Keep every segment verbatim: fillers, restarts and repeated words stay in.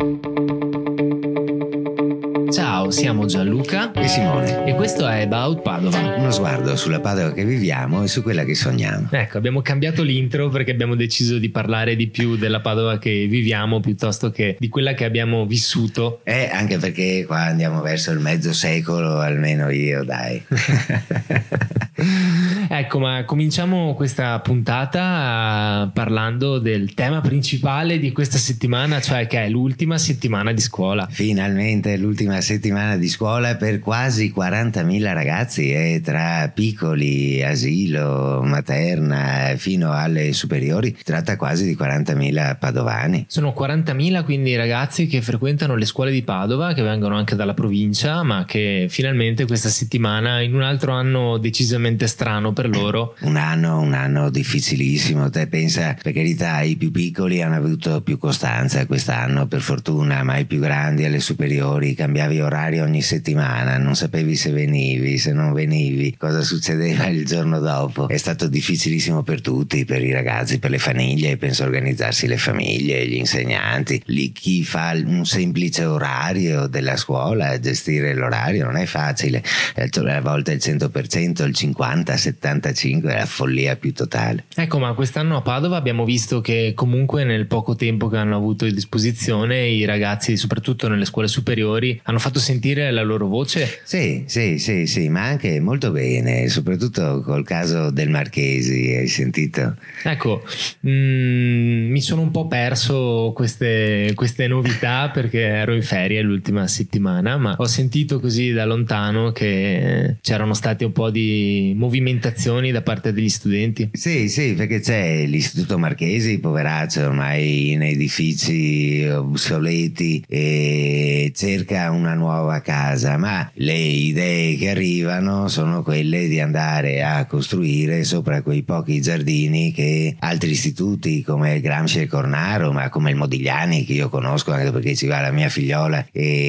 Ciao, siamo Gianluca e Simone e questo è About Padova. Uno sguardo sulla Padova che viviamo e su quella che sogniamo. Ecco, abbiamo cambiato l'intro perché abbiamo deciso di parlare di più della Padova che viviamo piuttosto che di quella che abbiamo vissuto. Eh, anche perché qua andiamo verso il mezzo secolo, almeno io, dai. Ecco, ma cominciamo questa puntata parlando del tema principale di questa settimana, cioè che è l'ultima settimana di scuola. Finalmente l'ultima settimana di scuola per quasi quarantamila ragazzi, eh, tra piccoli, asilo, materna fino alle superiori. Si tratta quasi di quarantamila padovani. Sono quarantamila quindi i ragazzi che frequentano le scuole di Padova, che vengono anche dalla provincia, ma che finalmente questa settimana, in un altro anno decisamente strano per loro. Un anno, un anno difficilissimo. Te pensa, per carità, i più piccoli hanno avuto più costanza quest'anno, per fortuna, ma i più grandi alle superiori cambiavi orario ogni settimana, non sapevi se venivi, se non venivi, cosa succedeva il giorno dopo. È stato difficilissimo per tutti, per i ragazzi, per le famiglie, penso organizzarsi le famiglie, gli insegnanti, lì chi fa un semplice orario della scuola, gestire l'orario non è facile, a volte il cento per cento, il cinquanta, settantacinque è la follia più totale. Ecco, ma quest'anno a Padova abbiamo visto che comunque nel poco tempo che hanno avuto a disposizione i ragazzi, soprattutto nelle scuole superiori, hanno fatto sentire la loro voce. Sì, sì, sì, sì, ma anche molto bene, soprattutto col caso del Marchesi, hai sentito? Ecco, mh, mi sono un po' perso queste, queste novità perché ero in ferie l'ultima settimana, ma ho sentito così da lontano che c'erano stati un po' di movimentazioni da parte degli studenti. Sì, sì, perché c'è l'Istituto Marchesi, poveraccio, ormai in edifici obsoleti e cerca una nuova casa, ma le idee che arrivano sono quelle di andare a costruire sopra quei pochi giardini che altri istituti come Gramsci e Cornaro, ma come il Modigliani, che io conosco anche perché ci va la mia figliola,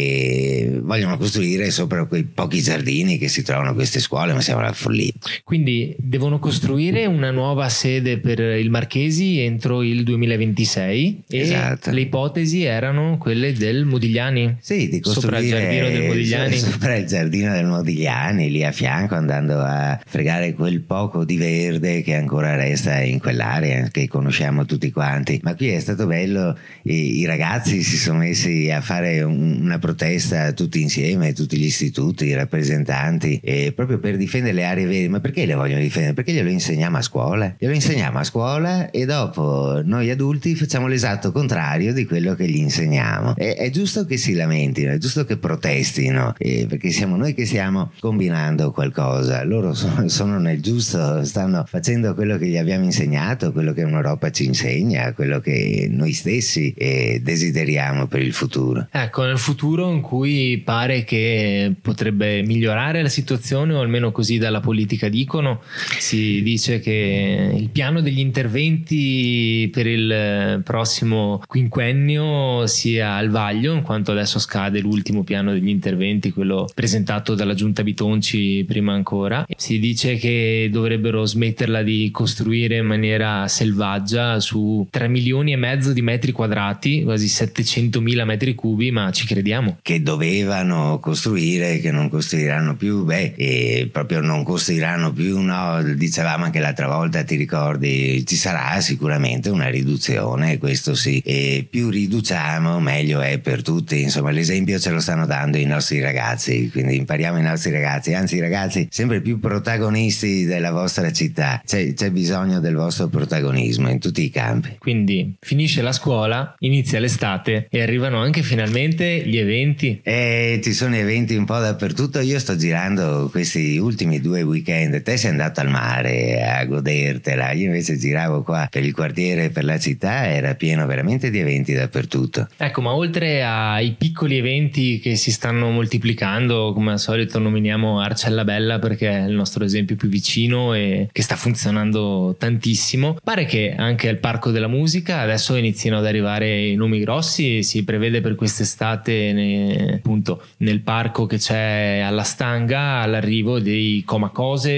e vogliono costruire sopra quei pochi giardini che si trovano queste scuole, ma siamo alla follia. Quindi devono costruire una nuova sede per il Marchesi entro il duemilaventisei e esatto. Le ipotesi erano quelle del Modigliani. Sì, di costruire sopra il giardino del Modigliani. Sopra il giardino del Modigliani, lì a fianco, andando a fregare quel poco di verde che ancora resta in quell'area che conosciamo tutti quanti. Ma qui è stato bello, i, i ragazzi si sono messi a fare un, una protesta tutti insieme, tutti gli istituti, i rappresentanti, e proprio per difendere le aree verdi. Ma perché le vogliono difendere? Perché glielo insegniamo a scuola, glielo insegniamo a scuola e dopo noi adulti facciamo l'esatto contrario di quello che gli insegniamo. È, è giusto che si lamentino, è giusto che protestino, eh, perché siamo noi che stiamo combinando qualcosa. Loro sono, sono nel giusto, stanno facendo quello che gli abbiamo insegnato, quello che un'Europa ci insegna, quello che noi stessi eh, desideriamo per il futuro. Ecco, nel futuro in cui pare che potrebbe migliorare la situazione, o almeno così dalla politica dicono, si dice che il piano degli interventi per il prossimo quinquennio sia al vaglio, in quanto adesso scade l'ultimo piano degli interventi, quello presentato dalla giunta Bitonci prima ancora. Si dice che dovrebbero smetterla di costruire in maniera selvaggia su tre milioni e mezzo di metri quadrati, quasi settecentomila metri cubi, ma ci crediamo? Che dovevano costruire, che non costruiranno più, beh, e proprio non costruiranno più, no, dicevamo anche l'altra volta, ti ricordi, ci sarà sicuramente una riduzione, questo sì, e più riduciamo meglio è per tutti, insomma l'esempio ce lo stanno dando i nostri ragazzi, quindi impariamo i nostri ragazzi, anzi ragazzi sempre più protagonisti della vostra città, c'è, c'è bisogno del vostro protagonismo in tutti i campi. Quindi finisce la scuola, inizia l'estate e arrivano anche finalmente gli eventi. E ci sono eventi un po' dappertutto. Io sto girando questi ultimi due weekend, te sei andato al mare a godertela, io invece giravo qua per il quartiere, per la città, era pieno veramente di eventi dappertutto. Ecco, ma oltre ai piccoli eventi che si stanno moltiplicando, come al solito nominiamo Arcella Bella perché è il nostro esempio più vicino e che sta funzionando tantissimo, pare che anche al Parco della Musica adesso iniziano ad arrivare i nomi grossi. Si prevede per quest'estate ne, appunto nel parco che c'è alla Stanga l'arrivo dei Comacose, di Nicolò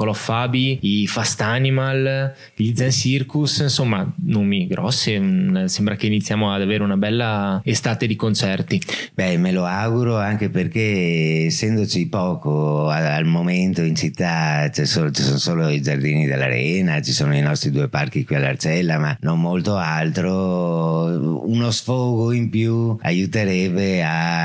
School of Fabi, i Fast Animal, gli Zen Circus, insomma nomi grossi. Sembra che iniziamo ad avere una bella estate di concerti. Beh, me lo auguro, anche perché essendoci poco al momento in città, c'è solo, ci sono solo i Giardini dell'Arena, ci sono i nostri due parchi qui all'Arcella, ma non molto altro. Uno sfogo in più aiuterebbe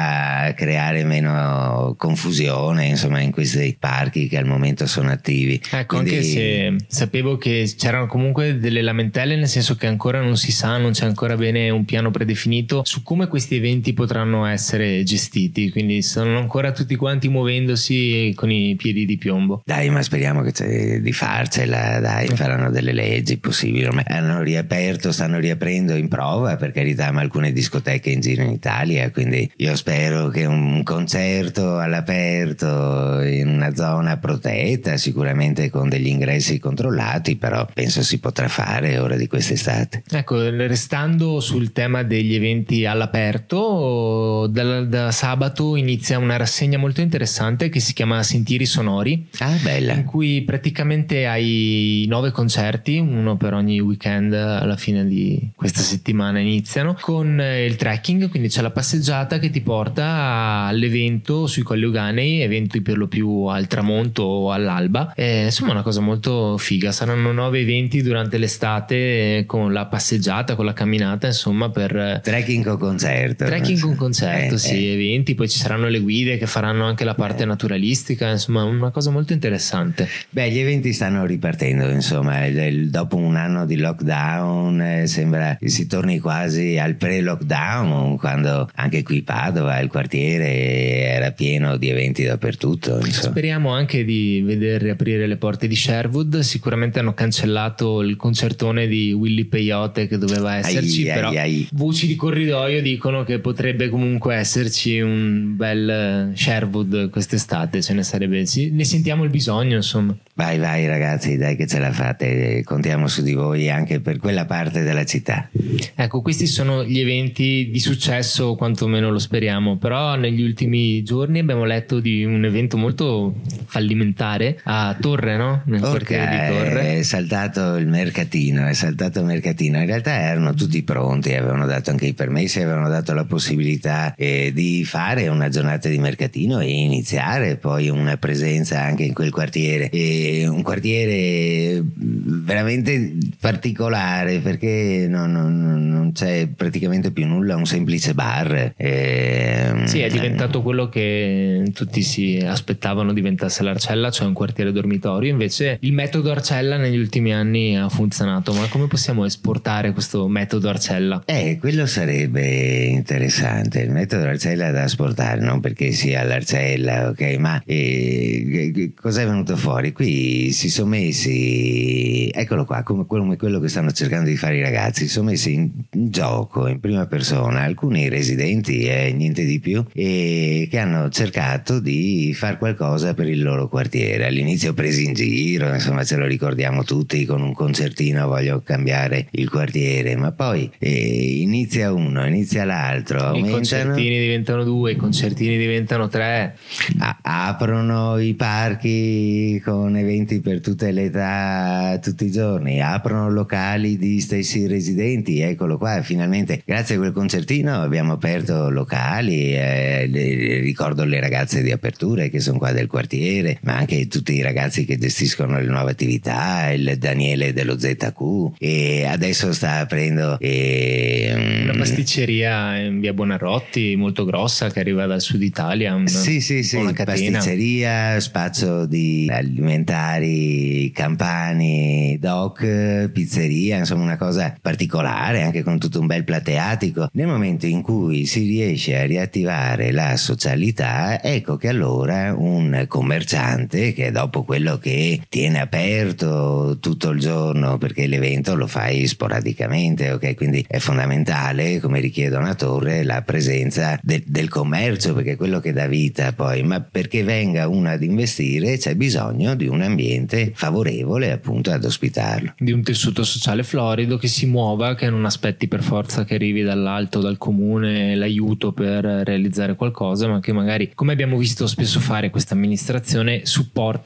a creare meno confusione, insomma, in questi parchi che al momento sono attivi. Ecco, Quindi... anche se sapevo che c'erano comunque delle lamentele, nel senso che ancora non si sa, non c'è ancora bene un piano predefinito su come questi eventi potranno essere gestiti, quindi sono ancora tutti quanti muovendosi con i piedi di piombo. Dai, ma speriamo che c'è di farcela, dai, faranno delle leggi possibili. Ormai hanno riaperto, stanno riaprendo in prova, per carità, ma alcune discoteche in giro in Italia, quindi io spero che un concerto all'aperto in una zona protetta, sicuramente con degli ingressi controllati, però penso si potrà fare ora di quest'estate. Ecco, restando sul tema degli eventi all'aperto, da, da sabato inizia una rassegna molto interessante che si chiama Sentieri Sonori. Ah, bella. In cui praticamente hai nove concerti, uno per ogni weekend alla fine di questa settimana iniziano, con il trekking, quindi c'è la passeggiata che ti porta all'evento sui Colli Euganei, eventi per lo più al tramonto o all'alba. E, insomma, una cosa molto figa. Saranno nove eventi durante l'estate, con la passeggiata, con la camminata, insomma, per trekking con concerto. Trekking con concerto, eh, sì, eh. eventi, poi ci saranno le guide che faranno anche la parte eh. naturalistica, insomma, una cosa molto interessante. Beh, gli eventi stanno ripartendo, insomma, il, il, dopo un anno di lockdown eh, sembra che si torni quasi al pre-lockdown, quando anche qui Padova, il quartiere, era pieno di eventi dappertutto. Insomma. Speriamo anche di veder riaprire le porte di Sherwood. Sicuramente hanno cancellato il concertone di Willy Peyote che doveva esserci, ai, però ai, ai. voci di corridoio dicono che potrebbe comunque esserci un bel Sherwood quest'estate, ce ne sarebbe, ne sentiamo il bisogno, insomma. Vai vai ragazzi, dai che ce la fate, contiamo su di voi anche per quella parte della città. Ecco, questi sono gli eventi di successo, quantomeno lo speriamo, però negli ultimi giorni abbiamo letto di un evento molto fallimentare a Torre, no? Nel Orca, quartiere di Torre. È saltato il mercatino, è saltato il mercatino, in realtà erano tutti pronti, avevano dato anche i permessi, avevano dato la possibilità eh, di fare una giornata di mercatino e iniziare poi una presenza anche in quel quartiere. E un quartiere veramente particolare, perché non, non, non c'è praticamente più nulla, un semplice bar. E, sì, è diventato quello che tutti si aspettavano diventasse l'Arcella, cioè un quartiere dormitorio. Invece il metodo Arcella negli ultimi anni ha funzionato, ma come possiamo esportare questo metodo Arcella? Eh, quello sarebbe interessante, il metodo Arcella da esportare, non perché sia l'Arcella, ok, ma eh, cosa è venuto fuori? Qui si sono messi, eccolo qua, come quello che stanno cercando di fare i ragazzi, si sono messi in, in gioco in prima persona alcuni residenti e eh, niente di più, e che hanno cercato di fare qualcosa per il loro quartiere. All'inizio presi in giro, insomma, ce lo ricordiamo tutti, con un concertino voglio cambiare il quartiere, ma poi eh, inizia uno, inizia l'altro, i aumentano, concertini diventano due, i concertini diventano tre, a- aprono i parchi con eventi per tutte le età, tutti i giorni, aprono locali di stessi residenti. Eccolo qua, finalmente grazie a quel concertino abbiamo aperto locali, eh, le, ricordo le ragazze di Aperture che sono qua del quartiere, ma anche tutti i ragazzi che gestiscono le nuove attività, il Daniele dello Z Q, e adesso sta aprendo eh, una pasticceria in via Buonarroti molto grossa che arriva dal sud Italia, una, sì sì sì, una catena. Pasticceria, spazio di alimentari campani, doc, pizzeria, insomma una cosa particolare, anche con tutto un bel plateatico. Nel momento in cui si riesce a riattivare la socialità, ecco che allora un commerciante, che dopo quello che tiene aperto tutto il giorno, perché l'evento lo fai sporadicamente, ok, quindi è fondamentale, come richiedono a Torre, la presenza de- del commercio, perché è quello che dà vita poi, ma perché venga uno ad investire c'è bisogno di un ambiente favorevole appunto ad ospitarlo, di un tessuto sociale florido che si muova, che non aspetti per forza che arrivi dall'alto, dal comune, l'aiuto per realizzare qualcosa, ma che magari, come abbiamo visto spesso fare questa amministrazione, supporta nel momento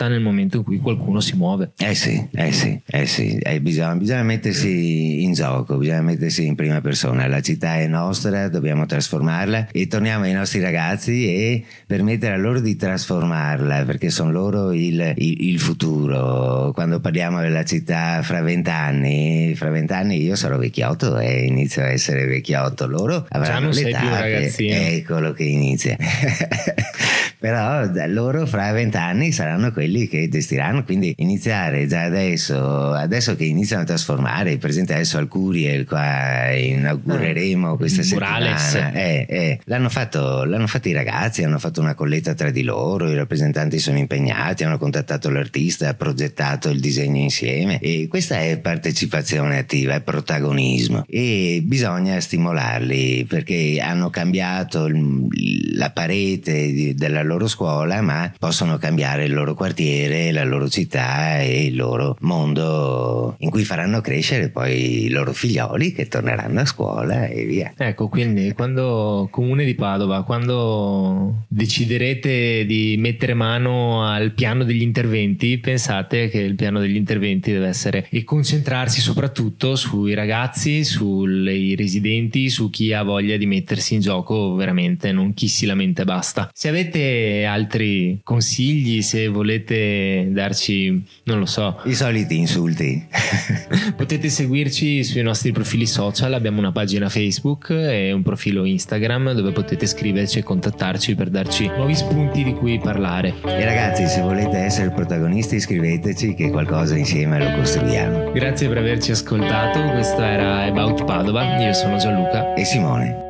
momento in cui qualcuno si muove. Eh sì, eh sì, eh sì, eh, bisogna, bisogna mettersi in gioco, bisogna mettersi in prima persona. La città è nostra, dobbiamo trasformarla e torniamo ai nostri ragazzi e permettere a loro di trasformarla, perché sono loro il, il, il futuro. Quando parliamo della città fra vent'anni, fra vent'anni io sarò vecchiotto e inizio a essere vecchiotto, loro avranno l'età, eccolo che inizia. Però loro fra vent'anni saranno quelli che gestiranno, quindi iniziare già adesso, adesso che iniziano a trasformare, per esempio adesso al Curiel qua inaugureremo questa settimana, eh, eh, l'hanno fatto, l'hanno fatto i ragazzi, hanno fatto una colletta tra di loro, i rappresentanti sono impegnati, hanno contattato l'artista, ha progettato il disegno insieme e questa è partecipazione attiva, è protagonismo e bisogna stimolarli perché hanno cambiato il, la parete di, della loro scuola, ma possono cambiare il loro quartiere, la loro città e il loro mondo in cui faranno crescere poi i loro figlioli che torneranno a scuola e via. Ecco, quindi quando Comune di Padova, quando deciderete di mettere mano al piano degli interventi, pensate che il piano degli interventi deve essere e concentrarsi soprattutto sui ragazzi, sui residenti, su chi ha voglia di mettersi in gioco veramente, non chi si lamenta e basta. Se avete altri consigli, se volete darci, non lo so, i soliti insulti, potete seguirci sui nostri profili social. Abbiamo una pagina Facebook e un profilo Instagram dove potete scriverci e contattarci per darci nuovi spunti di cui parlare. E ragazzi, se volete essere protagonisti scriveteci che qualcosa insieme lo costruiamo. Grazie per averci ascoltato, questo era About Padova, io sono Gianluca e Simone.